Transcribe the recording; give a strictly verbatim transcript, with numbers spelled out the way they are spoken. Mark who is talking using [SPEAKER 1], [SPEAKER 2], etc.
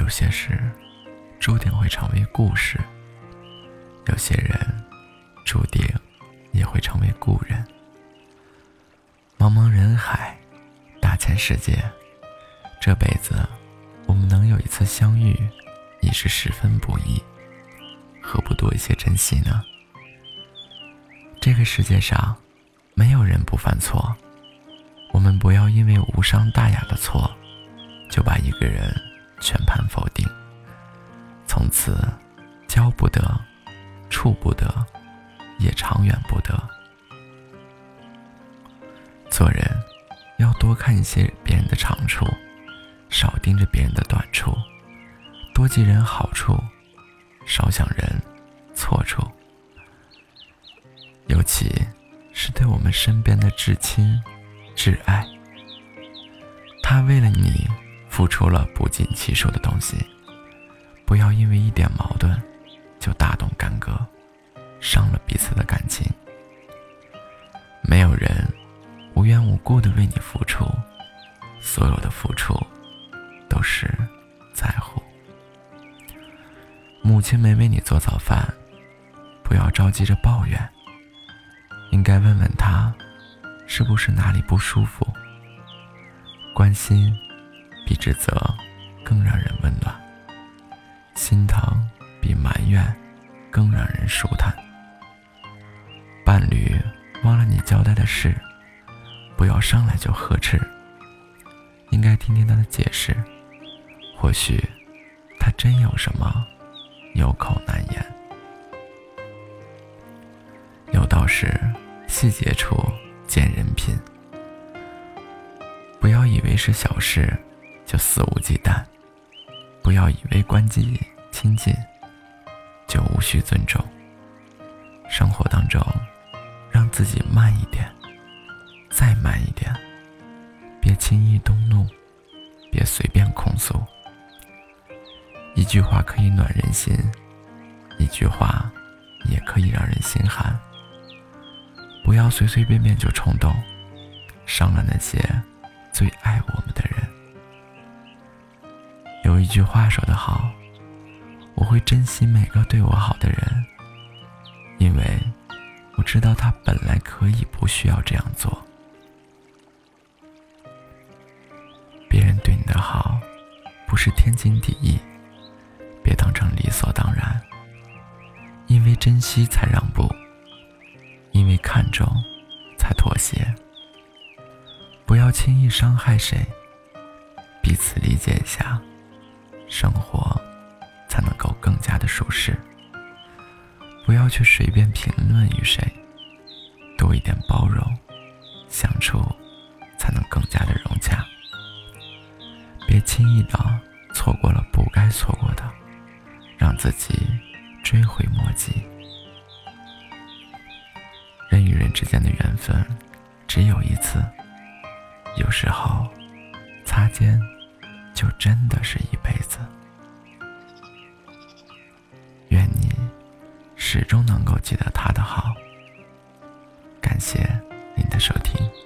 [SPEAKER 1] 有些事注定会成为故事，有些人注定也会成为故人。茫茫人海，大千世界，这辈子我们能有一次相遇已是十分不易，何不多一些珍惜呢？这个世界上没有人不犯错，我们不要因为无伤大雅的错就把一个人全盘否定，从此交不得，处不得，也长远不得。做人要多看一些别人的长处，少盯着别人的短处，多记人好处，少想人错处。尤其是对我们身边的至亲挚爱，他为了你付出了不计其数的东西，不要因为一点矛盾就大动干戈，伤了彼此的感情。没有人无缘无故地为你付出，所有的付出都是在乎。母亲没为你做早饭，不要着急着抱怨，应该问问她是不是哪里不舒服。关心比指责更让人温暖，心疼比埋怨更让人舒坦。伴侣忘了你交代的事，不要上来就呵斥，应该听听他的解释，或许他真有什么有口难言。有道是细节处见人品，不要以为是小事就肆无忌惮，不要以为关系亲近就无需尊重。生活当中让自己慢一点，再慢一点，别轻易动怒，别随便控诉。一句话可以暖人心，一句话也可以让人心寒。不要随随便便就冲动，伤了那些最爱我们的人。有一句话说得好，我会珍惜每个对我好的人，因为我知道他本来可以不需要这样做。别人对你的好不是天经地义，别当成理所当然。因为珍惜才让步，因为看重才妥协。不要轻易伤害谁，彼此理解一下，生活才能够更加的舒适。不要去随便评论于谁，多一点包容，相处才能更加的融洽。别轻易的错过了不该错过的，让自己追悔莫及。人与人之间的缘分只有一次，有时候擦肩就真的是一辈子。愿你始终能够记得他的好。感谢您的收听。